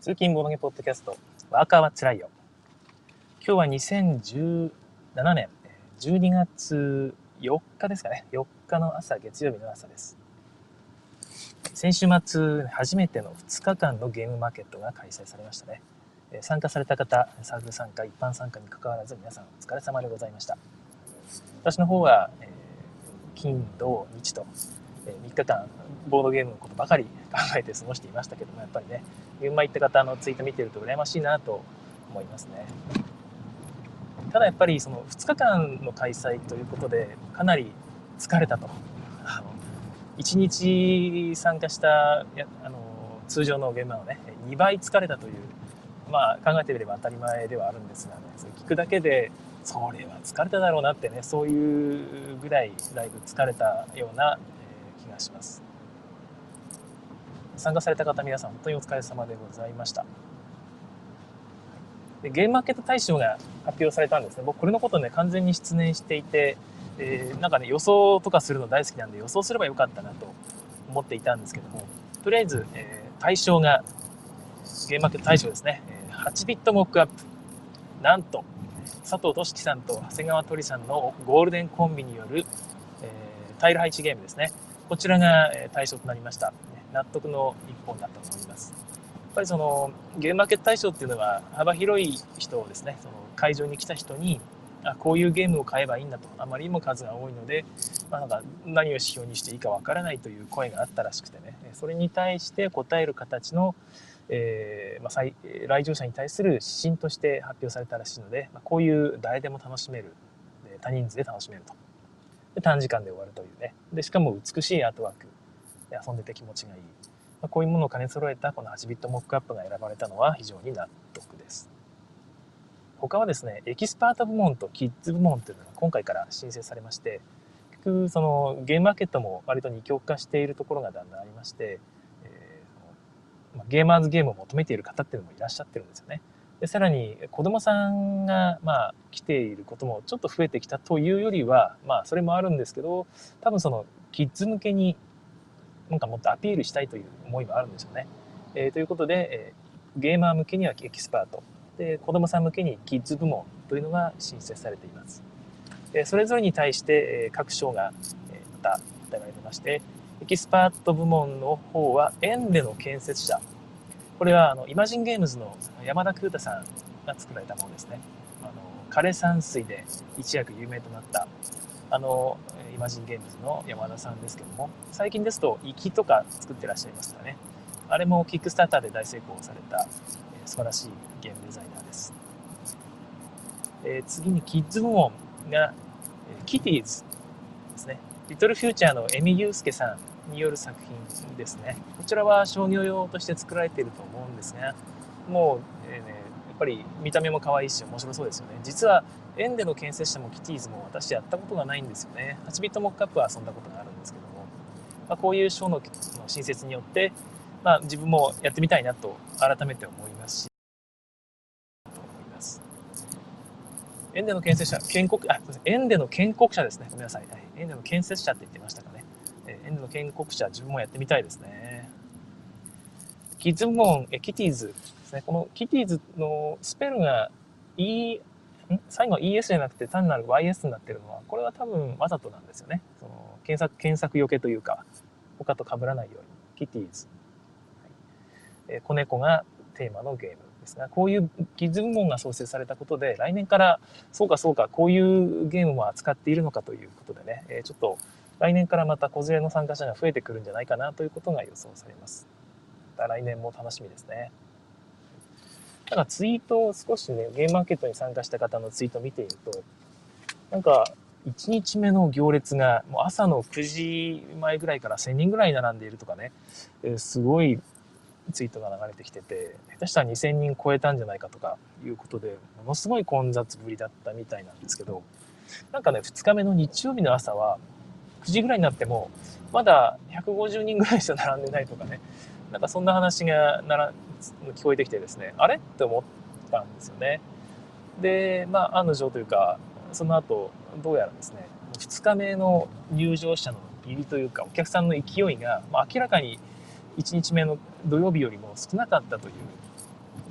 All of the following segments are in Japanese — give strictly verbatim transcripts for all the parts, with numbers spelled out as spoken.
通勤ボードゲームポッドキャスト、ワーカーはつらいよ。今日はにせんじゅうななねんじゅうにがつよっかですかね。よっかの朝、月曜日の朝です。先週末、初めてのふつかかんのゲームマーケットが開催されましたね。参加された方、サークル参加、一般参加に関わらず皆さんお疲れ様でございました。私の方は、えー、金、土、日と、えー、みっかかんボードゲームのことばかり考えて過ごしていましたけども、やっぱりね、現場行った方のツイート見てると羨ましいなと思いますね。ただやっぱりそのふつかかんの開催ということでかなり疲れたと。あのいちにち参加したやあの通常の現場のねにばい疲れたという、まあ、考えてみれば当たり前ではあるんですがね、それ聞くだけでそれは疲れただろうなってね、そういうぐらいだいぶ疲れたような、えー、気がします。参加された方皆さん本当にお疲れ様でございました。でゲームマーケット大賞が発表されたんですね。僕これのことね完全に失念していて、えー、なんかね予想とかするの大好きなんで予想すればよかったなと思っていたんですけども、とりあえず、えー、大賞がゲームマーケット大賞ですね、はちビットモックアップ、なんと佐藤俊樹さんと長谷川鳥さんのゴールデンコンビによる、えー、タイル配置ゲームですね。こちらが対象となりました。納得の一本だったと思います。やっぱりそのゲームマーケット大賞っていうのは幅広い人をですね、その会場に来た人にあこういうゲームを買えばいいんだと、あまりにも数が多いので、まあ、なんか何を指標にしていいかわからないという声があったらしくてね、それに対して答える形の、えーまあ、来場者に対する指針として発表されたらしいので、まあ、こういう誰でも楽しめる、多人数で楽しめると、で短時間で終わるというね、でしかも美しいアートワークで遊んでて気持ちがいい、まあ、こういうものを兼ね揃えたこのはちビットモックアップが選ばれたのは非常に納得です。他はですね、エキスパート部門とキッズ部門というのが今回から申請されまして、結局そのゲームマーケットも割と二極化しているところがだんだんありまして、えー、ゲーマーズゲームを求めている方っていうのもいらっしゃってるんですよね。でさらに子どもさんがまあ来ていることもちょっと増えてきたというよりは、まあそれもあるんですけど、多分そのキッズ向けになんかもっとアピールしたいという思いもあるんですよね。えー、ということで、えー、ゲーマー向けにはエキスパートで、子どもさん向けにキッズ部門というのが申請されています。えー、それぞれに対して、えー、各賞が、えー、また与えられてまして、エキスパート部門の方はエンデの建設者、これはあのイマジンゲームズの山田空太さんが作られたものですね。あの枯山水で一躍有名となったあのイマジンゲームズの山田さんですけども、最近ですと「粋」とか作ってらっしゃいますからね。あれもキックスターターで大成功された、えー、素晴らしいゲームデザイナーです。えー、次にキッズ部門が、えー、キティーズですね。リトルフューチャーの江見祐介さんによる作品ですね。こちらは商業用として作られていると思うんですが、もう、えーね、やっぱり見た目も可愛いし面白そうですよね。実はエンデの建設者もキティーズも私やったことがないんですよね。はちビットモックアップは遊んだことがあるんですけども、まあ、こういう賞の新設によって、まあ、自分もやってみたいなと改めて思いますし、と思います。エンデの建設者、建国、あ、エンデの建国者ですね。ごめんなさい。エンデの建設者って言ってましたかね。エンデの建国者、自分もやってみたいですね。キッズ部門、キティーズですね。このキティーズのスペルが E、最後は イーエス じゃなくて単なる ワイエス になってるのは、これは多分わざとなんですよね。その検索、検索よけというか、他と被らないように。キティーズ。はい、子猫がテーマのゲームですが、こういうキッズ部門が創設されたことで、来年からそうかそうか、こういうゲームも扱っているのかということでね、ちょっと来年からまた子連れの参加者が増えてくるんじゃないかなということが予想されます。また来年も楽しみですね。なんかツイートを少しね、ゲームマーケットに参加した方のツイートを見ていると、なんかいちにちめの行列がもう朝のくじまえぐらいからせんにんぐらい並んでいるとかね、すごいツイートが流れてきてて、下手したらにせんにん超えたんじゃないかとかいうことで、ものすごい混雑ぶりだったみたいなんですけど、なんかね、ふつかめの日曜日の朝はくじぐらいになってもまだひゃくごじゅうにんぐらいしか並んでないとかね、なんかそんな話がなら聞こえてきてですね、あれって思ったんですよね。で、まあ案の定というか、その後どうやらですね、ふつかめの入場者の入りというかお客さんの勢いが、まあ、明らかにいちにちめの土曜日よりも少なかったという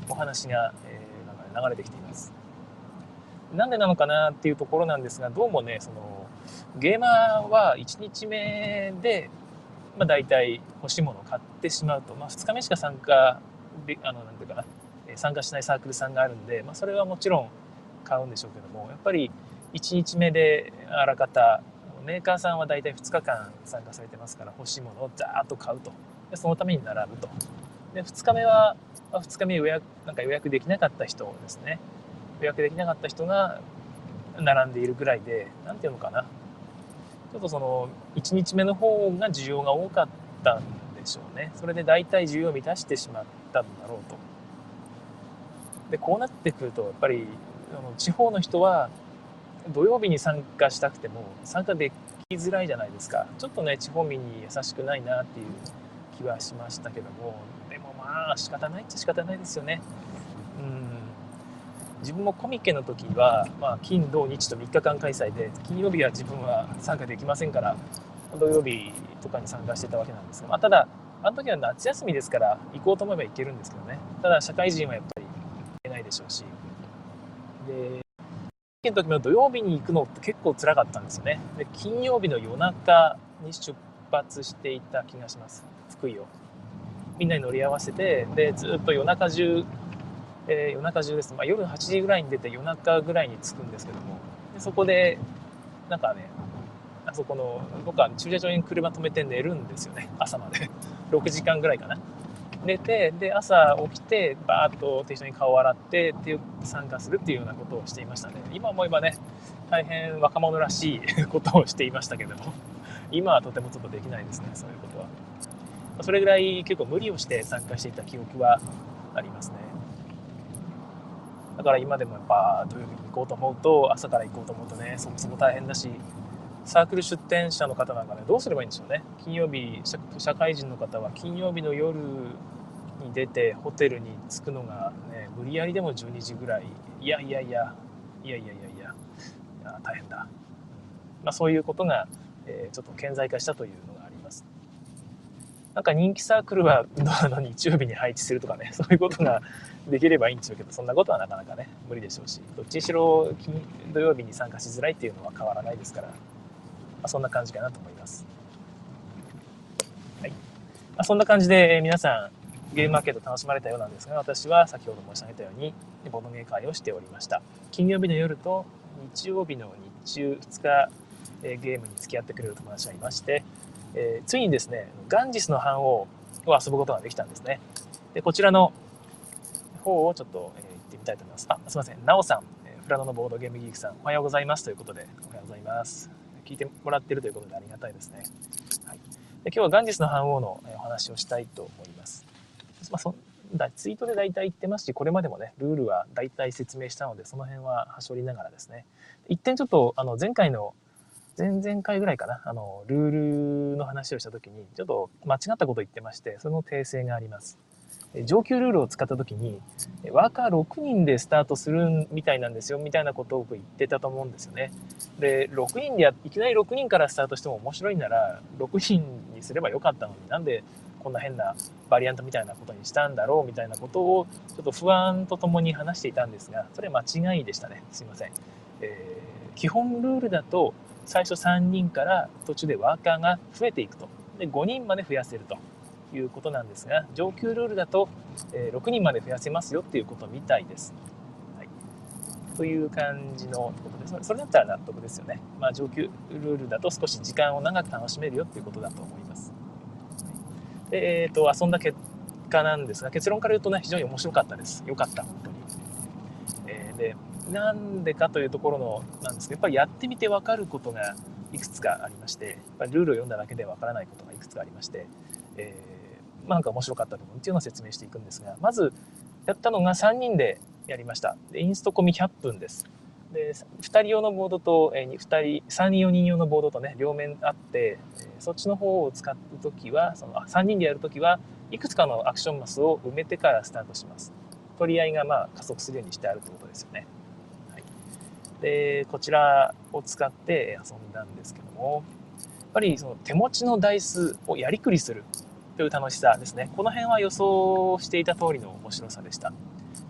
お話が、えー、なんか、ね、流れてきています。なんでなのかなっていうところなんですが、どうもねそのゲーマーはいちにちめで、まあ、大体欲しいものを買ってしまうと、まあ、ふつかめしか参加であのなんていうかな参加しないサークルさんがあるんで、まあ、それはもちろん買うんでしょうけども、やっぱりいちにちめであらかたメーカーさんは大体ふつかかん参加されてますから、欲しいものをザーッと買うと。でそのために並ぶと。でふつかめは、まあ、ふつかめ予約なんか予約できなかった人ですね、予約できなかった人が並んでいるぐらいで、なんていうのかな、ちょっとそのいちにちめの方が需要が多かったんでしょうね。それで大体需要を満たしてしまったんだろうと。でこうなってくるとやっぱりあの地方の人は土曜日に参加したくても参加できづらいじゃないですか。ちょっとね地方民に優しくないなっていう気はしましたけども、でもまあ仕方ないっちゃ仕方ないですよね。うん自分もコミケの時は、まあ、金土日とみっかかん開催で、金曜日は自分は参加できませんから、土曜日とかに参加してたわけなんですが、まあ、ただあの時は夏休みですから行こうと思えば行けるんですけどね。ただ社会人はやっぱり行けないでしょうし、での時も土曜日に行くのって結構辛かったんですよね。で金曜日の夜中に出発していた気がします。福井をみんなに乗り合わせて、でずっと夜中中えー、夜中中です、まあ、夜はちじぐらいに出て夜中ぐらいに着くんですけども、でそこでなんかね、あそこの僕は駐車場に車止めて寝るんですよね、朝までろくじかんぐらいかな。寝て、で朝起きてバーッと適当に顔を洗ってっていう参加するっていうようなことをしていましたね。今思えばね大変若者らしいことをしていましたけども、今はとてもちょっとできないですね、そういうことは。それぐらい結構無理をして参加していた記憶はありますね。だから今でもやっぱ土曜日に行こうと思うと、朝から行こうと思うとねそもそも大変だし、サークル出店者の方なんかねどうすればいいんでしょうね。金曜日社会人の方は金曜日の夜に出てホテルに着くのがね無理やりでもじゅうにじぐらい、いやいやいやいやいやいやいやいや大変だ、まあ、そういうことが、えー、ちょっと顕在化したというのがあります。なんか人気サークルはあの日曜日に配置するとかね、そういうことができればいいんでしょうけど、そんなことはなかなかね無理でしょうし、どっちにしろ土曜日に参加しづらいっていうのは変わらないですから、まあ、そんな感じかなと思います。はい、まあ、そんな感じで皆さんゲームマーケット楽しまれたようなんですが、私は先ほど申し上げたようにボードゲー会をしておりました。金曜日の夜と日曜日の日中ふつかゲームに付き合ってくれる友達がいまして、えー、ついにですねガンジスの版王を遊ぶことができたんですね。でこちらの方をちょっと、えー、行ってみたいと思います。あ、すいません、なおさん、えー、フラノのボードゲームギークさん、おはようございますということで、おはようございます。聞いてもらっているということでありがたいですね。はい、で今日はガンジスの版王のお話をしたいと思います。まあ、そだツイートで大体言ってますし、これまでもねルールは大体説明したので、その辺ははしょりながらですね、一点ちょっとあの前回の前々回ぐらいかな、あのルールの話をした時にちょっと間違ったことを言ってまして、その訂正があります。上級ルールを使った時にワーカーろくにんでスタートするみたいなんですよみたいなことを僕言ってたと思うんですよね。でろくにんでやいきなりろくにんからスタートしても面白いならろくにんにすればよかったのに、なんでこんな変なバリアントみたいなことにしたんだろうみたいなことをちょっと不安とともに話していたんですが、それは間違いでしたね。すいません。えー、基本ルールだと最初さんにんから途中でワーカーが増えていくと、でごにんまで増やせるということなんですが、上級ルールだとろくにんまで増やせますよっていうことみたいです。はい、という感じのことです。それだったら納得ですよね。まあ、上級ルールだと少し時間を長く楽しめるよっていうことだと思います。で、えー、と遊んだ結果なんですが、結論から言うとね非常に面白かったです。よかった、本当に。えー、でなんでかというところのなんですけど、やっぱりやってみて分かることがいくつかありまして、やっぱりルールを読んだだけで分からないことがいくつかありまして、えー、なんか面白かった部分っていうのを説明していくんですが、まずやったのがさんにんでやりました。でインスト込みひゃっぷんです。でふたり用のボードと、えー、ふたりさんにんよにん用のボードとね両面あって、えー、そっちの方を使うときはそのあさんにんでやるときはいくつかのアクションマスを埋めてからスタートします。取り合いがまあ加速するようにしてあるということですよね。はい、でこちらを使って遊んだんですけども、やっぱりその手持ちのダイスをやりくりするという楽しさですね。この辺は予想していた通りの面白さでした。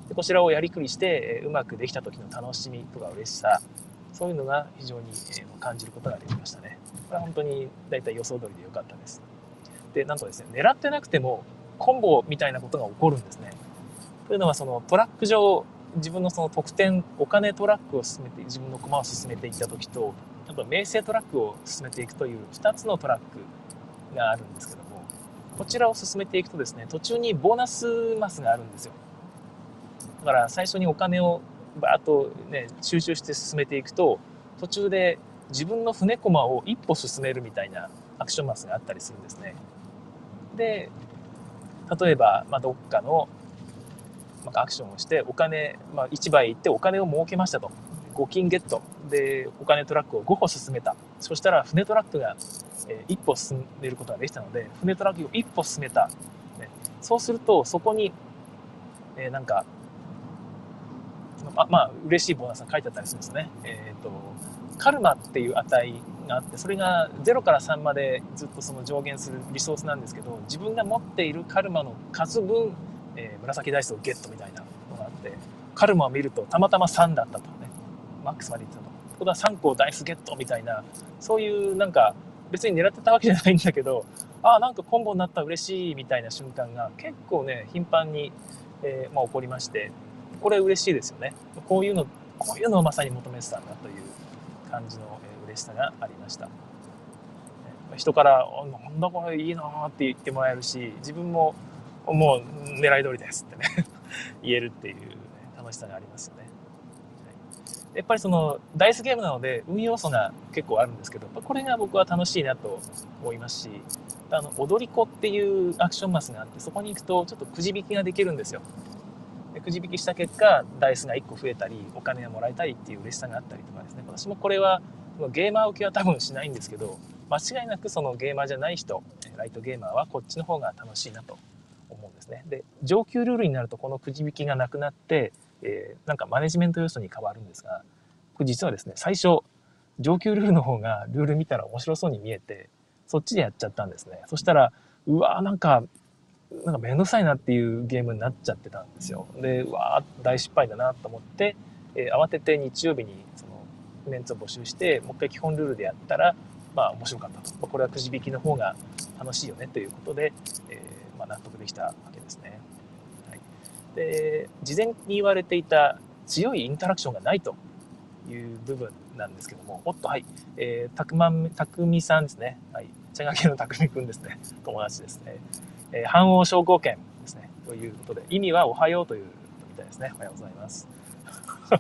でこちらをやりくりして、えー、うまくできた時の楽しみとか嬉しさ、そういうのが非常に、えー、感じることができましたね。これは本当にだいたい予想通りで良かったです。でなんとですね、狙ってなくてもコンボみたいなことが起こるんですね。というのはそのトラック上、自分のその得点、お金トラックを進めて、自分の駒を進めていった時と、あと名声トラックを進めていくというふたつのトラックがあるんですけども、こちらを進めていくとですね、途中にボーナスマスがあるんですよ。だから最初にお金をバーッとね、収集して進めていくと、途中で自分の船駒を一歩進めるみたいなアクションマスがあったりするんですね。で、例えば、まあ、どっかのアクションをしてお金、まあ、市場へ行ってお金を儲けましたと。ご金ゲットでお金トラックをごほ進めた。そしたら船トラックがいっぽ進めることができたので、船トラックをいっぽ進めた、ね、そうするとそこに、えー、なんかままあ嬉しいボーナスが書いてあったりするんですね。えーとカルマっていう値があって、それがゼロからさんまでずっとその上限するリソースなんですけど、自分が持っているカルマの数分、えー、紫ダイスをゲットみたいなのがあって、カルマを見るとたまたまさんだったとね、マックスまでいってたと。ってことはさんこダイスゲットみたいな、そういうなんか別に狙ってたわけじゃないんだけど、ああなんかコンボになった嬉しいみたいな瞬間が結構ね頻繁に、えーまあ、起こりまして、これ嬉しいですよね。こういうのこういうのをまさに求めてたんだという感じの嬉しさがありました。人からなんだこれいいなって言ってもらえるし、自分ももう狙い通りですってね言えるっていう、ね、楽しさがありますよね。やっぱりそのダイスゲームなので運要素が結構あるんですけど、これが僕は楽しいなと思いますし、あの踊り子っていうアクションマスがあって、そこに行くとちょっとくじ引きができるんですよ。でくじ引きした結果ダイスがいっこ増えたりお金がもらえたりっていう嬉しさがあったりとかですね、私もこれはゲーマー受けは多分しないんですけど、間違いなくそのゲーマーじゃない人、ライトゲーマーはこっちの方が楽しいなと思うんですね。で上級ルールになるとこのくじ引きがなくなって、えー、なんかマネジメント要素に変わるんですが、これ実はですね、最初上級ルールの方がルール見たら面白そうに見えてそっちでやっちゃったんですね。そしたらうわーなんかなんかめんどくさいなっていうゲームになっちゃってたんですよ。でうわー大失敗だなと思って、えー、慌てて日曜日にそのメンツを募集してもう一回基本ルールでやったらまあ面白かったと。これはくじ引きの方が楽しいよねということで、えーまあ、納得できたわけですね。はい、で事前に言われていた強いインタラクションがないという部分なんですけども、おっとはい、えー、たくまたくみさんですね。はい、茶掛けのたくみくんですね。友達ですね。えー、反応症候圏ですね。ということで、意味はおはようということみたいですね。おはようございます。はい、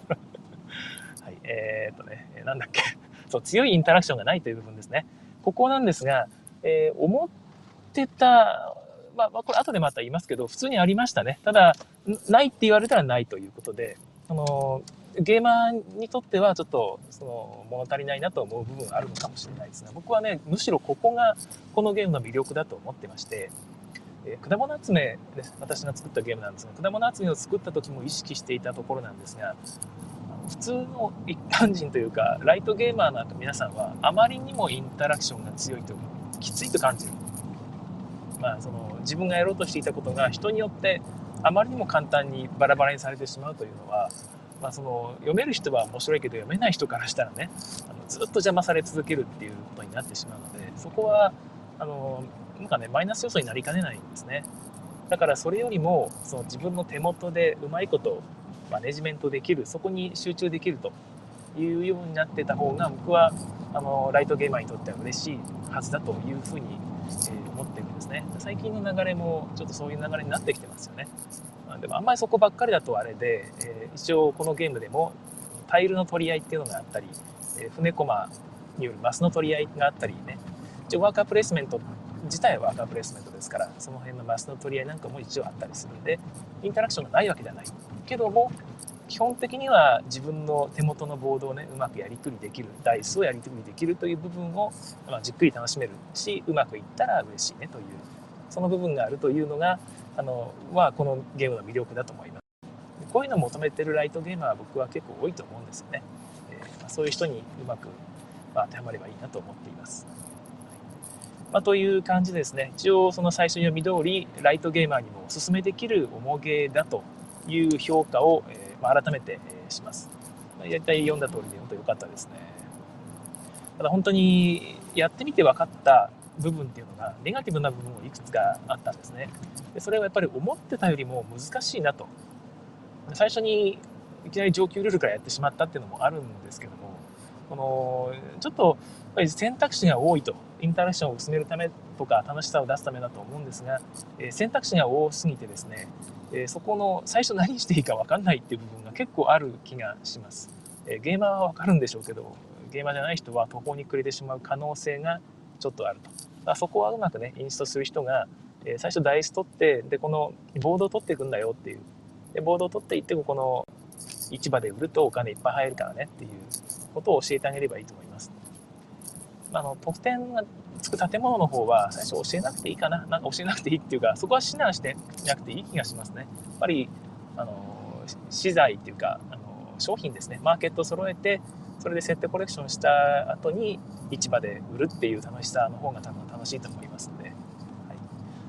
えー、っとね、えー、なんだっけ。そう、強いインタラクションがないという部分ですね。ここなんですが、えー、思ってた、まあ、これ後でまた言いますけど、普通にありましたね。ただ、ないって言われたらないということで、その、ゲーマーにとってはちょっとその物足りないなと思う部分があるのかもしれないですが、僕はねむしろここがこのゲームの魅力だと思ってまして、えー、果物集めです。私が作ったゲームなんですが、果物集めを作った時も意識していたところなんですが、普通の一般人というかライトゲーマーの皆さんはあまりにもインタラクションが強いときついと感じる。まあ、その自分がやろうとしていたことが人によってあまりにも簡単にバラバラにされてしまうというのは、まあ、その読める人は面白いけど読めない人からしたらね、あのずっと邪魔され続けるっていうことになってしまうので、そこはあのなんかねマイナス要素になりかねないんですね。だからそれよりもその自分の手元でうまいことマネジメントできる、そこに集中できるというようになってた方が僕はあのライトゲーマーにとっては嬉しいはずだというふうに、えー、思ってるんですね。最近の流れもちょっとそういう流れになってきてますよね。でもあんまりそこばっかりだとあれで、えー、一応このゲームでもタイルの取り合いっていうのがあったり、えー、船駒によるマスの取り合いがあったりね、一応ワーカープレイスメント自体はワーカープレイスメントですから、その辺のマスの取り合いなんかも一応あったりするんで、インタラクションがないわけではないけども、基本的には自分の手元のボードをねうまくやりくりできる、ダイスをやりくりできるという部分を、まあ、じっくり楽しめるし、うまくいったら嬉しいねという、その部分があるというのがあのはこのゲームの魅力だと思います。こういうのを求めてるライトゲーマーは僕は結構多いと思うんですよね。えーまあ、そういう人にうまく、まあ、当てはまればいいなと思っています。まあ、という感じでですね、一応その最初に読み通りライトゲーマーにもおすすめできる重ゲーだという評価を、えーまあ、改めて、えーします。大体読んだ通りで本当良かったですね。ただ本当にやってみて分かった部分っていうのがネガティブな部分もいくつかあったんですね。でそれはやっぱり思ってたよりも難しいなと。最初にいきなり上級ルールからやってしまったっていうのもあるんですけども、このちょっとやっぱり選択肢が多いと、インタラクションを進めるためとか楽しさを出すためだと思うんですが、えー選択肢が多すぎてですね、えーそこの最初何していいか分かんないっていう部分が結構ある気がします。えーゲーマーは分かるんでしょうけど、ゲーマーじゃない人は途方に暮れてしまう可能性がちょっとあると。だからそこはうまくねインストする人が、えー最初ダイス取って、でこのボードを取っていくんだよっていう、でボードを取っていってこの市場で売るとお金いっぱい入るからねっていうことを教えてあげればいいと思います。あの得点がつく建物の方は最初教えなくていいかな、なんか教えなくていいっていうか、そこは指南してなくていい気がしますね。やっぱりあの資材っていうか、あの商品ですね、マーケットを揃えて、それで設定コレクションした後に市場で売るっていう楽しさの方が多分楽しいと思いますので、はい、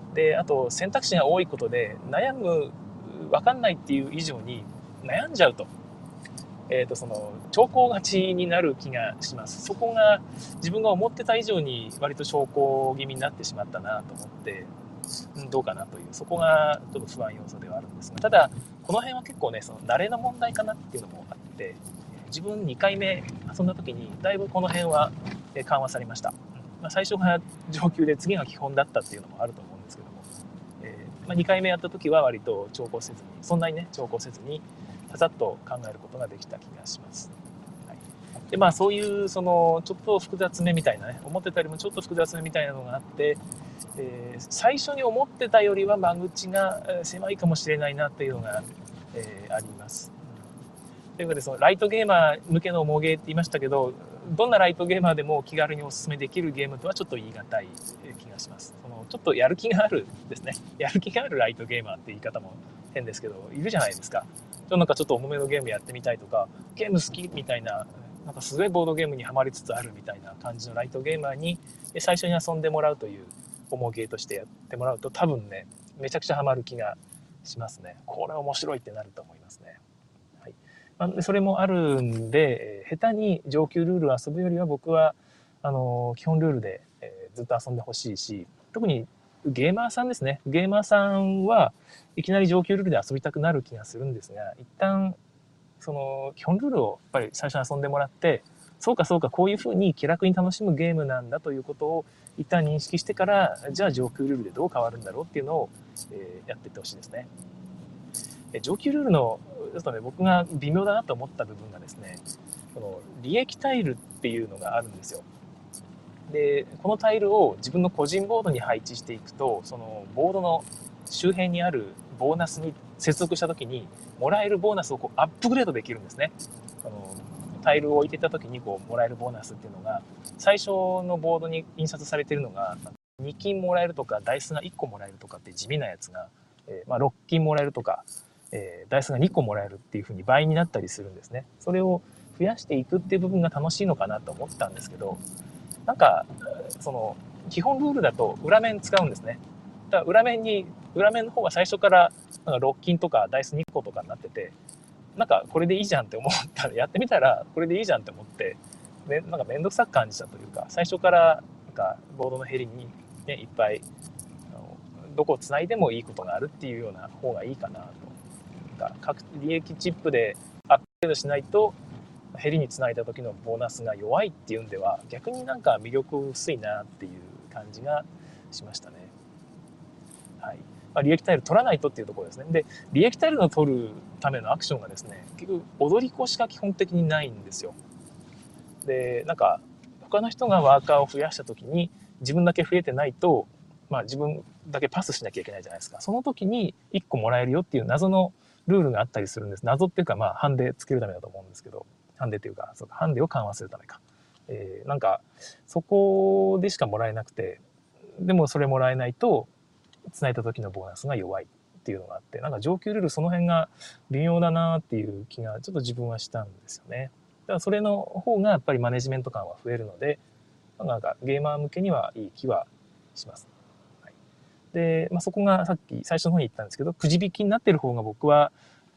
であと選択肢が多いことで悩む、分かんないっていう以上に悩んじゃうと、えー、とその長考勝ちになる気がします。そこが自分が思ってた以上に割と長考気味になってしまったなと思って、うん、どうかなという、そこがちょっと不安要素ではあるんですが、ただこの辺は結構ねその慣れの問題かなっていうのもあって、自分にかいめ遊んだ時にだいぶこの辺は緩和されました。まあ、最初が上級で次が基本だったっていうのもあると思うんですけども、えーまあ、にかいめやった時は割と長考せずに、そんなにね長考せずにささっと考えることができた気がします。はい、でまあそういうそのちょっと複雑めみたいなね、思ってたよりもちょっと複雑めみたいなのがあって、えー、最初に思ってたよりは間口が狭いかもしれないなっていうのが、えー、あります。ということでそのライトゲーマー向けの重ゲーって言いましたけど、どんなライトゲーマーでも気軽にお勧めできるゲームとはちょっと言い難い気がします。そのちょっとやる気があるですね、やる気があるライトゲーマーって言い方も変ですけどいるじゃないですか。なんかちょっと重めのゲームやってみたいとか、ゲーム好きみたいな、なんかすごいボードゲームにはまりつつあるみたいな感じのライトゲーマーに最初に遊んでもらうという重ゲーとしてやってもらうと、多分ねめちゃくちゃハマる気がしますね。これ面白いってなると思いますね。はい、それもあるんで、下手に上級ルールを遊ぶよりは僕はあの基本ルールで、えー、ずっと遊んでほしいし、特にゲーマーさんですね。ゲーマーさんはいきなり上級ルールで遊びたくなる気がするんですが、一旦その基本ルールをやっぱり最初に遊んでもらって、そうかそうかこういうふうに気楽に楽しむゲームなんだということを一旦認識してから、じゃあ上級ルールでどう変わるんだろうっていうのを、えー、やっていってほしいですね。上級ルールのちょっとね僕が微妙だなと思った部分がですね、この利益タイルっていうのがあるんですよ。でこのタイルを自分の個人ボードに配置していくと、そのボードの周辺にあるボーナスに接続した時にもらえるボーナスをこうアップグレードできるんですね。あのタイルを置いていった時にこうもらえるボーナスっていうのが、最初のボードに印刷されているのがに金もらえるとかダイスがいっこもらえるとかって地味なやつが、えーまあ、ろっ金もらえるとか、えー、ダイスがにこもらえるっていう風に倍になったりするんですね。それを増やしていくっていう部分が楽しいのかなと思ったんですけど、なんかその基本ルールだと裏面使うんですね。だから裏面に裏面の方が最初からなんかろっ金とかダイスにことかになってて、なんかこれでいいじゃんって思ったら、やってみたらこれでいいじゃんって思って、ね、なんか面倒くさく感じたというか、最初からなんかボードのヘリに、ね、いっぱいあのどこをつないでもいいことがあるっていうような方がいいかなと。なんか各利益チップでアップグレードしないとヘリにつないだ時のボーナスが弱いっていうんでは、逆になんか魅力薄いなっていう感じがしましたね。はい、まあ、利益タイル取らないとっていうところですね。で利益タイルの取るためのアクションがですね、結局踊り子しか基本的にないんですよ。でなんか他の人がワーカーを増やした時に自分だけ増えてないと、まあ、自分だけパスしなきゃいけないじゃないですか。その時にいっこもらえるよっていう謎のルールがあったりするんです。謎っていうか、まあハンデつけるためだと思うんですけど、ハンデっていうか、そうか、ハンデを緩和するためか、えー、なんかそこでしかもらえなくて、でもそれもらえないと繋いだ時のボーナスが弱いっていうのがあって、なんか上級ルールその辺が微妙だなっていう気がちょっと自分はしたんですよね。だからそれの方がやっぱりマネジメント感は増えるので、なんかゲーマー向けにはいい気はします。はい、で、まあ、そこがさっき最初の方に言ったんですけど、くじ引きになってる方が僕は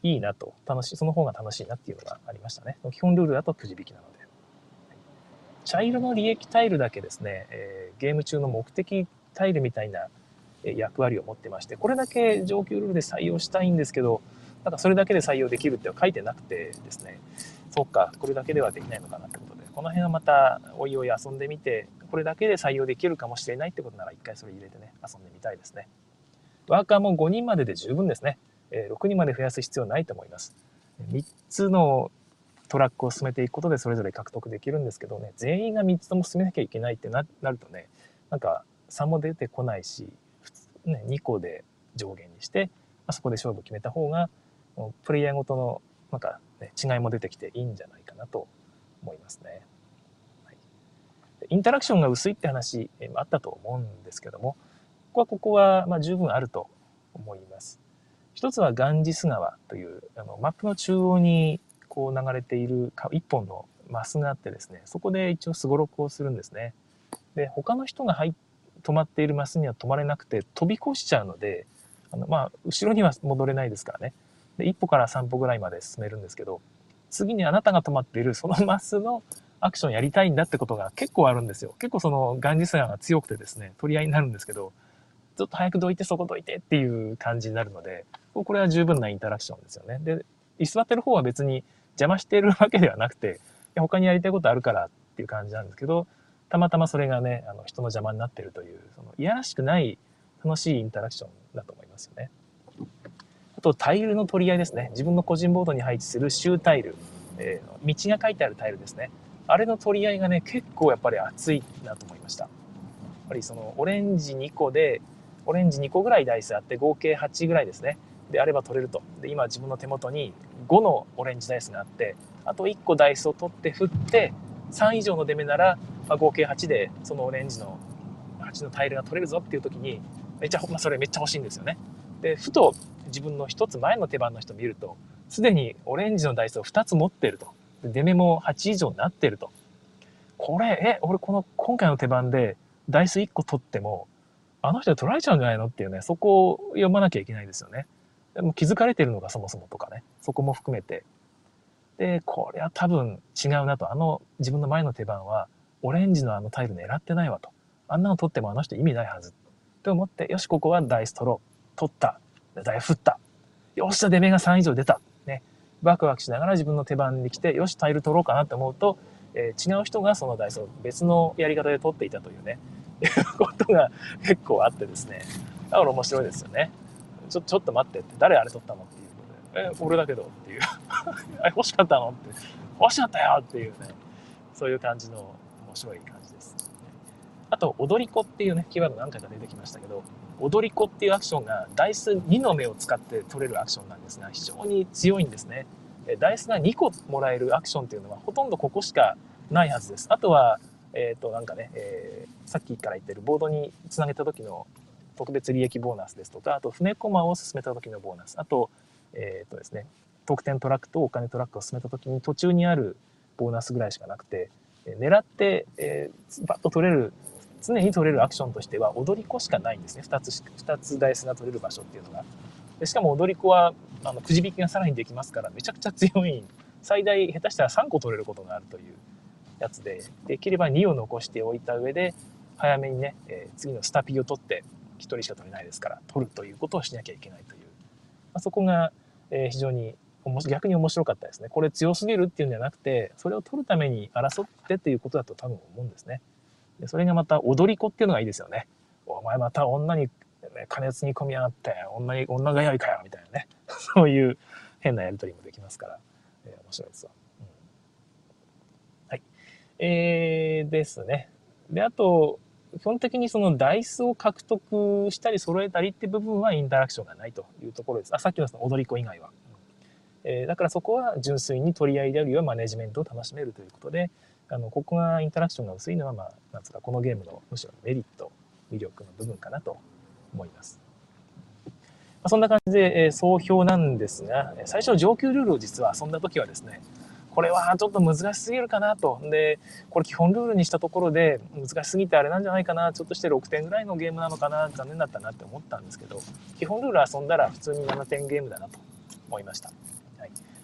いいなと、楽しい、その方が楽しいなっていうのがありましたね。基本ルールだとくじ引きなので。茶色の利益タイルだけですね、えー、ゲーム中の目的タイルみたいな役割を持ってまして、これだけ上級ルールで採用したいんですけど、なんかそれだけで採用できるっては書いてなくてですね、そうか、これだけではできないのかなってことで、この辺はまたおいおい遊んでみて、これだけで採用できるかもしれないってことなら一回それ入れてね、遊んでみたいですね。ワーカーもごにんまでで十分ですね。ろくにんまで増やす必要ないと思います。みっつのトラックを進めていくことでそれぞれ獲得できるんですけどね、全員がみっつとも進めなきゃいけないって な, なるとね、なんか差も出てこないし、ね、にこで上限にして、まあ、そこで勝負を決めた方がプレイヤーごとのなんか、ね、違いも出てきていいんじゃないかなと思いますね。はい、インタラクションが薄いって話あったと思うんですけども、ここはここはまあ十分あると思います。一つはガンジス川というあのマップの中央にこう流れている一本のマスがあってですね、そこで一応すごろくをするんですね。で、他の人が入止まっているマスには止まれなくて飛び越しちゃうので、あのまあ後ろには戻れないですからね。で、いっぽからさんぽぐらいまで進めるんですけど、次にあなたが止まっているそのマスのアクションやりたいんだってことが結構あるんですよ。結構そのガンジス川が強くてですね、取り合いになるんですけど、ちょっと早くどいてそこどいてっていう感じになるので、これは十分なインタラクションですよね。で、居座ってる方は別に邪魔しているわけではなくて、他にやりたいことあるからっていう感じなんですけど、たまたまそれがね、あの人の邪魔になっているという、そのいやらしくない楽しいインタラクションだと思いますよね。あと、タイルの取り合いですね。自分の個人ボードに配置する集タイル、えー、道が書いてあるタイルですね。あれの取り合いがね、結構やっぱり熱いなと思いました。やっぱりそのオレンジにこで、オレンジにこぐらいダイスあって合計はちぐらいですね。であれば取れると。で今自分の手元にごのオレンジダイスがあって、あといっこダイスを取って振ってさん以上の出目なら、まあ、合計はちでそのオレンジのはちのタイルが取れるぞっていう時にめっちゃ、まあ、それめっちゃ欲しいんですよね。でふと自分のひとつまえの手番の人を見ると、すでにオレンジのダイスをふたつ持ってると。で出目もはち以上になってると。これえ俺この今回の手番でダイスいっこ取ってもあの人は取られちゃうんじゃないのっていうね、そこを読まなきゃいけないですよね。でも気づかれてるのがそもそもとかね、そこも含めて。で、これは多分違うなと。あの自分の前の手番は、オレンジのあのタイル狙ってないわと。あんなの取ってもあの人意味ないはず。って思って、よし、ここはダイス取ろう。取った。ダイス振った。よっしゃ、出目がさん以上出た。ね。ワクワクしながら自分の手番に来て、よし、タイル取ろうかなって思うと、えー、違う人がそのダイスを別のやり方で取っていたというね。いうことが結構あってですね。だから面白いですよね。ちょ、ちょっと待ってって、誰あれ取ったのっていうことで、え、俺だけどっていう。あれ欲しかったのって、欲しかったよっていうね、そういう感じの面白い感じです。あと、踊り子っていうね、キーワード何回か出てきましたけど、踊り子っていうアクションがダイスにの目を使って取れるアクションなんですが、非常に強いんですね。ダイスがにこもらえるアクションっていうのはほとんどここしかないはずです。あとは、えっと、なんかね、えー、さっきから言ってるボードにつなげた時の特別利益ボーナスですとか、あと船駒を進めた時のボーナス、あと、えっとですね、得点トラックとお金トラックを進めた時に途中にあるボーナスぐらいしかなくて、狙って、えー、バッと取れる、常に取れるアクションとしては踊り子しかないんですね。ふたつ、ふたつダイスが取れる場所っていうのが。でしかも踊り子はあのくじ引きがさらにできますから、めちゃくちゃ強い、最大下手したらさんこ取れることがあるというやつで、できればにを残しておいた上で早めにね、えー、次のスタピを取ってひとりしか取れないですから取るということをしなきゃいけないという、まあ、そこが、えー、非常に逆に面白かったですね。これ強すぎるっていうんじゃなくて、それを取るために争ってっていうことだと多分思うんですね。でそれがまた踊り子っていうのがいいですよね。お前また女に金積み込みやがって女に女がやりかよみたいなねそういう変なやり取りもできますから、えー、面白いですわ。うん、はい。えー、ですね。で、あと、基本的にそのダイスを獲得したり揃えたりって部分はインタラクションがないというところです。あ、さっきのその踊り子以外は。えー、だからそこは純粋に取り合いであるよりはマネジメントを楽しめるということで、あのここがインタラクションが薄いのは、まあ、なんつうかこのゲームのむしろメリット、魅力の部分かなと思います。まあ、そんな感じで、えー、総評なんですが、最初上級ルールを実は遊んだ時はですね、これはちょっと難しすぎるかなと。で、これ基本ルールにしたところで難しすぎてあれなんじゃないかな、ちょっとしてろくてんぐらいのゲームなのかな、残念だったなって思ったんですけど、基本ルール遊んだら普通にななてんゲームだなと思いました。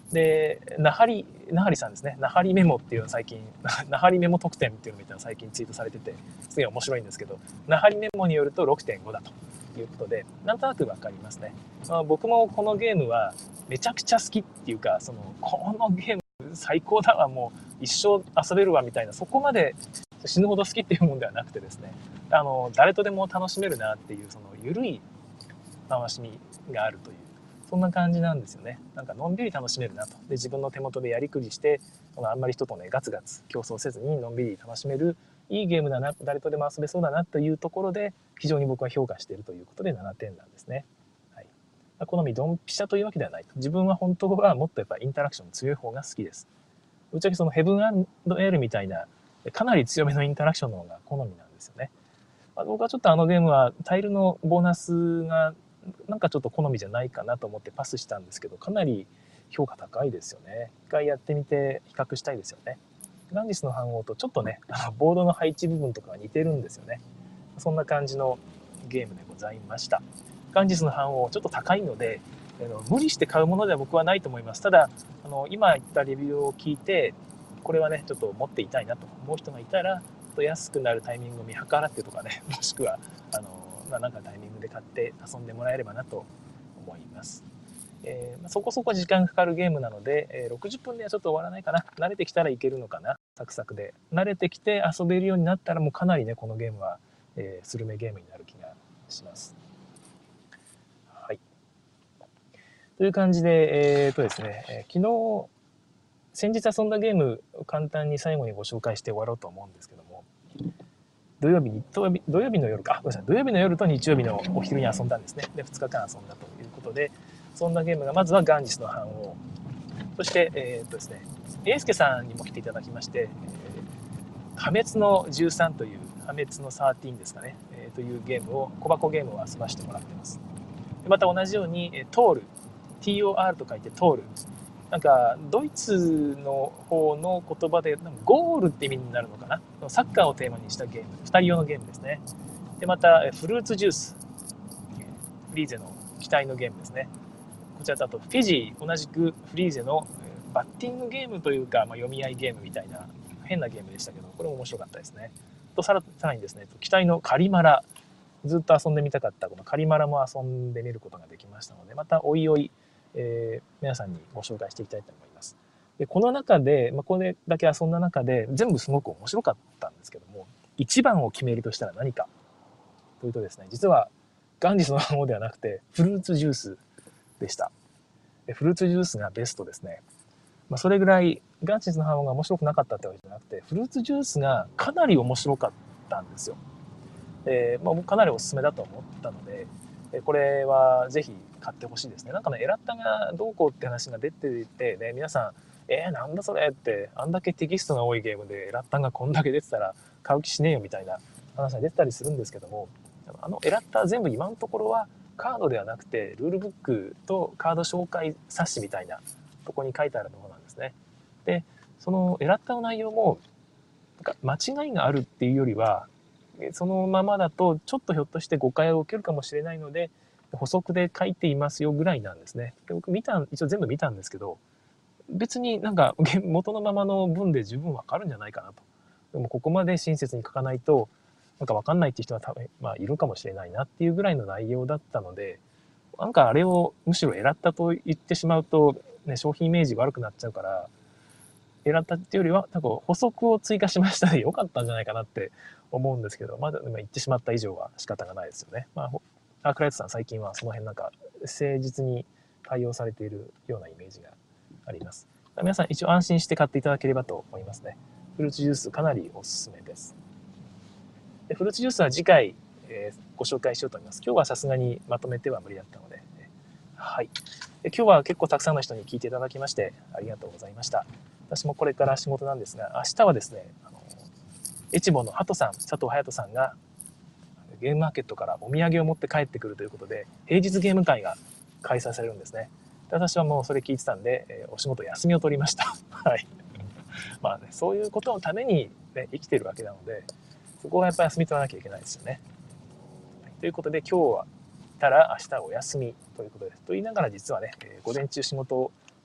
で、なはり、なはりさんですね。なはりメモっていうのを最近、なはりメモ特典っていうのを見たら最近ツイートされてて、すげえ面白いんですけど、なはりメモによると ろくてんご だということで、なんとなくわかりますね。まあ、僕もこのゲームはめちゃくちゃ好きっていうか、その、このゲーム最高だわ、もう一生遊べるわみたいな、そこまで死ぬほど好きっていうもんではなくてですね、あの、誰とでも楽しめるなっていう、その、ゆるい楽しみがあるという、そんな感じなんですよね。なんかのんびり楽しめるなと。で、自分の手元でやりくりして、あんまり人とね、ガツガツ競争せずにのんびり楽しめる、いいゲームだな、誰とでも遊べそうだなというところで、非常に僕は評価しているということでななてんなんですね。はい。好みドンピシャというわけではないと。自分は本当はもっとやっぱインタラクション強い方が好きです。ぶっちゃけそのヘブンエールみたいな、かなり強めのインタラクションの方が好みなんですよね。まあ、僕はちょっとあのゲームはタイルのボーナスがなんかちょっと好みじゃないかなと思ってパスしたんですけど、かなり評価高いですよね。一回やってみて比較したいですよね。ガンジスの反応とちょっとね、あのボードの配置部分とかが似てるんですよね。そんな感じのゲームでございました。ガンジスの反応ちょっと高いので、あの無理して買うものでは僕はないと思います。ただ、あの今言ったレビューを聞いて、これはね、ちょっと持っていたいなと思う人がいたら、安くなるタイミングを見計らってとかね、もしくは、あの、まあ、なんかタイミングで買って遊んでもらえればなと思います。えーまあ、そこそこ時間かかるゲームなので、えー、ろくじゅっぷんではちょっと終わらないかな。慣れてきたらいけるのかな。サクサクで。慣れてきて遊べるようになったらもうかなりね、このゲームは、えー、スルメゲームになる気がします。はい。という感じで、えー、とですね、えー、昨日、先日遊んだゲームを簡単に最後にご紹介して終わろうと思うんですけども、土曜日に土曜日土曜日の夜か、ごめんなさい、土曜日の夜と日曜日のお昼に遊んだんですね。で、ふつかかん遊んだということで、そんなゲームがまずはガンジスの反応、そして、えー、っとですね、英介さんにも来ていただきまして、えー、破滅のじゅうさんという、破滅のじゅうさんですかね、えー、というゲームを、小箱ゲームを遊ばしてもらってます。でまた同じように、えー、トール、ティーオーアール と書いてトール、なんかドイツの方の言葉でゴールって意味になるのかな、サッカーをテーマにしたゲーム、ふたり用のゲームですね。でまたフルーツジュース、フリーゼの機体のゲームですね。こちらとあとフィジー、同じくフリーゼのバッティングゲームというか、まあ、読み合いゲームみたいな変なゲームでしたけど、これも面白かったですね。とさらさらにですね、機体のカリマラ、ずっと遊んでみたかったこのカリマラも遊んでみることができましたので、またおいおい、えー、皆さんにご紹介していきたいと思います。でこの中で、まあ、これだけ遊んだ中で全部すごく面白かったんですけども、一番を決めるとしたら何かというとですね、実はガンジスの方ではなくてフルーツジュースでした。フルーツジュースがベストですね。まあ、それぐらいガンジスの方が面白くなかったってわけじゃなくて、フルーツジュースがかなり面白かったんですよ。えーまあ、僕かなりおすすめだと思ったので、これはぜひ買ってほしいですね。なんかね、エラッタがどうこうって話が出てて、ね、皆さん、えー、なんだそれって、あんだけテキストが多いゲームでエラッタがこんだけ出てたら買う気しねえよみたいな話が出てたりするんですけども、あのエラッタ全部今のところはカードではなくて、ルールブックとカード紹介冊子みたいなとこに書いてあるものなんですね。で、そのエラッタの内容も、間違いがあるっていうよりは、そのままだとちょっとひょっとして誤解を受けるかもしれないので、補足で書いていますよぐらいなんですね。で僕見た、一応全部見たんですけど、別になんか元のままの文で十分わかるんじゃないかなと。でもここまで親切に書かないと、なんかわかんないっていう人は多分、まあ、いるかもしれないなっていうぐらいの内容だったので、なんかあれをむしろ選ったと言ってしまうと、ね、商品イメージ悪くなっちゃうから、選ったっていうよりは、なんか補足を追加しましたでよかったんじゃないかなって思うんですけど、まだ言ってしまった以上は仕方がないですよね。まあ、アークライトさん最近はその辺なんか誠実に対応されているようなイメージがあります。皆さん一応安心して買っていただければと思いますね。フルーツジュースかなりおすすめです。でフルーツジュースは次回、えー、ご紹介しようと思います。今日はさすがにまとめては無理だったので。はい。で今日は結構たくさんの人に聞いていただきましてありがとうございました。私もこれから仕事なんですが、明日はですね、あのエチボのハトさん、佐藤隼人さんがゲームマーケットからお土産を持って帰ってくるということで、平日ゲーム会が開催されるんですね。で私はもうそれ聞いてたんで、えー、お仕事休みを取りました。はい。まあね、そういうことのために、ね、生きてるわけなので、そこはやっぱり休み取らなきゃいけないですよね。はい、ということで、今日はたら明日お休みということです。と言いながら実はね、えー、午前中仕事を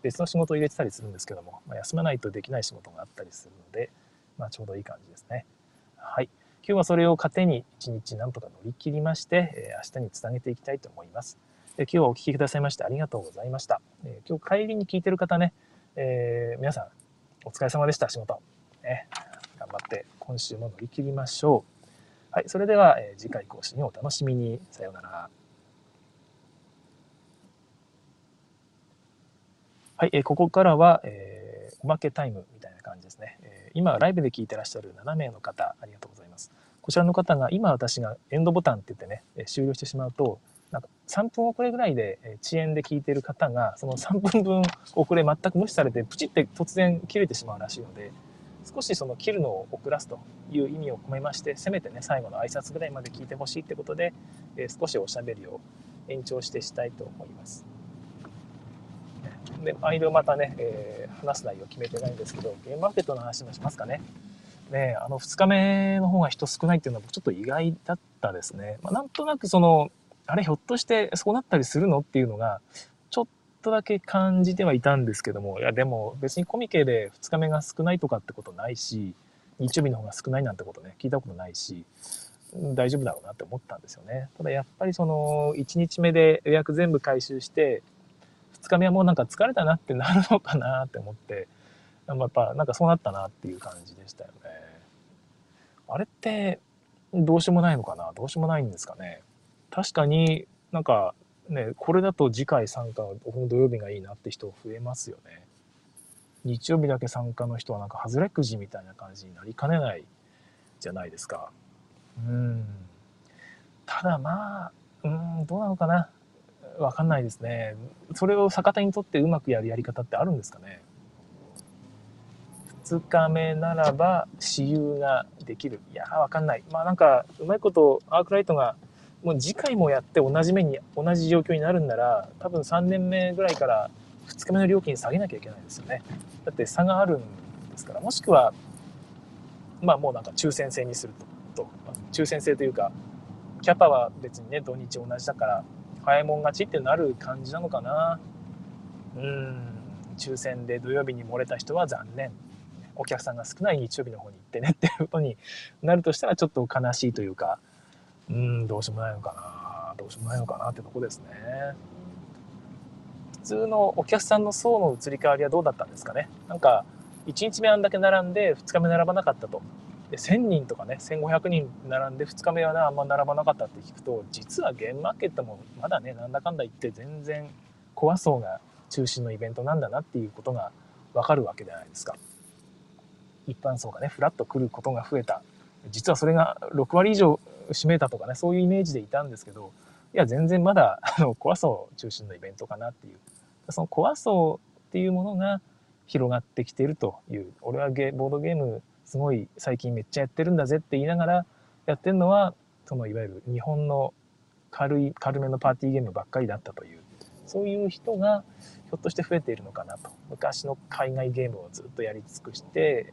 別の仕事を入れてたりするんですけども、まあ、休まないとできない仕事があったりするので、まあ、ちょうどいい感じですね。はい。今日はそれを糧に一日なんとか乗り切りまして、えー、明日につなげていきたいと思います。で今日はお聞きくださいましてありがとうございました。えー、今日帰りに聞いてる方ね、えー、皆さんお疲れ様でした。仕事、ね、頑張って今週も乗り切りましょう。はい、それでは、えー、次回更新をお楽しみに。さようなら。はい、えー、ここからは、えー、おまけタイムみたいな感じですね。えー、今ライブで聞いてらっしゃるななめいの方、ありがとうございます。こちらの方が今私がエンドボタンって言ってね、終了してしまうと、なんかさんぷん遅れぐらいで遅延で聞いてる方が、そのさんぷんぶん遅れ全く無視されて、プチって突然切れてしまうらしいので、少しその切るのを遅らすという意味を込めまして、せめてね、最後の挨拶ぐらいまで聞いてほしいってことで、えー、少しおしゃべりを延長してしたいと思います。で、毎度またね、えー、話す内容決めてないんですけど、ゲームマーケットの話もしますかね。ね、あのふつかめの方が人少ないっていうのは僕ちょっと意外だったですね。まあ、なんとなくその、あれひょっとしてそうなったりするのっていうのが、ちょっとだけ感じてはいたんですけども、いやでも別にコミケでふつかめが少ないとかってことないし、日曜日の方が少ないなんてことね、聞いたことないし、大丈夫だろうなって思ったんですよね。ただやっぱりその、いちにちめで予約全部回収して、ふつかめはもうなんか疲れたなってなるのかなって思って、やっぱなんかそうなったなっていう感じでしたよね。あれってどうしようもないのかな、どうしようもないんですかね。確かになんかね、これだと次回参加の土曜日がいいなって人増えますよね。日曜日だけ参加の人はなんか外れくじみたいな感じになりかねないじゃないですか。うん。ただまあ、うん、どうなのかな。わかんないですね。それを逆手にとってうまくやるやり方ってあるんですかね。ふつかめならば私有ができる。いやーわかんない。まあなんかうまいことアークライトがもう次回もやって同じ目に同じ状況になるんなら、多分さんねんめぐらいからふつかめの料金下げなきゃいけないですよね。だって差があるんですから。もしくはまあもうなんか抽選制にすると、と抽選制というかキャパは別にね土日同じだから早いもん勝ちってなる感じなのかな。うーん、抽選で土曜日に漏れた人は残念。お客さんが少ない日曜日の方に行ってねっていうことになるとしたらちょっと悲しいというか、うーん、どうしようもないのかな、どうしようもないのかなってとこですね。普通のお客さんの層の移り変わりはどうだったんですかね。なんかいちにちめあんだけ並んでふつかめ並ばなかったと。でせんにんとかねせんごひゃくにん並んでふつかめはねあんま並ばなかったって聞くと、実はゲームマーケットもまだねなんだかんだ言って全然コア層が中心のイベントなんだなっていうことが分かるわけじゃないですか。一般層がねフラッと来ることが増えた、実はそれがろくわり以上占めたとかね、そういうイメージでいたんですけど、いや全然まだあのコア層中心のイベントかなっていう、そのコア層っていうものが広がってきているという、俺はゲボードゲームすごい最近めっちゃやってるんだぜって言いながらやってるのは、そのいわゆる日本の軽い軽めのパーティーゲームばっかりだったという、そういう人がひょっとして増えているのかなと。昔の海外ゲームをずっとやり尽くして、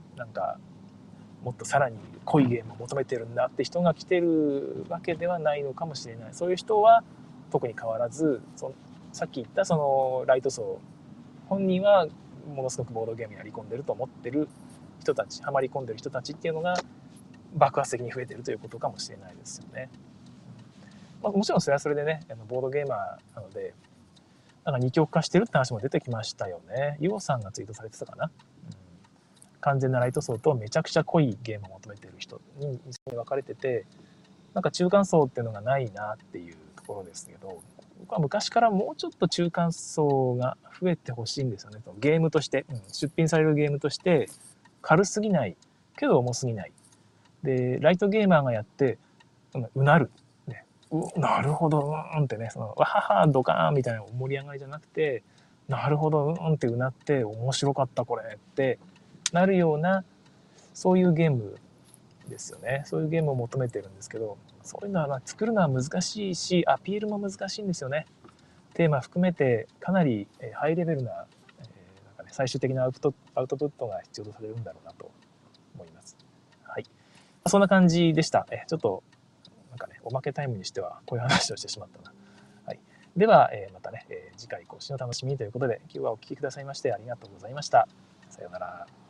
なんかもっとさらに濃いゲームを求めてるんだって人が来てるわけではないのかもしれない。そういう人は特に変わらず、そのさっき言ったそのライト層、本人はものすごくボードゲームやり込んでると思ってる人たち、ハマり込んでる人たちっていうのが爆発的に増えてるということかもしれないですよね。まあ、もちろんそれはそれでね、ボードゲーマーなのでなんか二極化してるって話も出てきましたよね。ユオさんがツイートされてたかな。うん、完全なライト層とめちゃくちゃ濃いゲームを求めてる人に分かれてて、なんか中間層っていうのがないなっていうところですけど、僕は昔からもうちょっと中間層が増えてほしいんですよね。ゲームとして、うん、出品されるゲームとして軽すぎないけど重すぎない。で、ライトゲーマーがやってうなる。ね、うなるほど、うんってね、そのわははドカーンみたいな盛り上がりじゃなくて、なるほど、うんってうなって面白かったこれってなるような、そういうゲームですよね。そういうゲームを求めてるんですけど、そういうのは作るのは難しいし、アピールも難しいんですよね。テーマ含めてかなりハイレベルな、えーなんかね、最終的なアウトアウトプットが必要とされるんだろうなと思います。はい。そんな感じでした。えちょっとなんかね、おまけタイムにしてはこういう話をしてしまったな。はい。 では、えーまたね、えー次回更新の楽しみということで、今日はお聞きくださいましてありがとうございました。さようなら。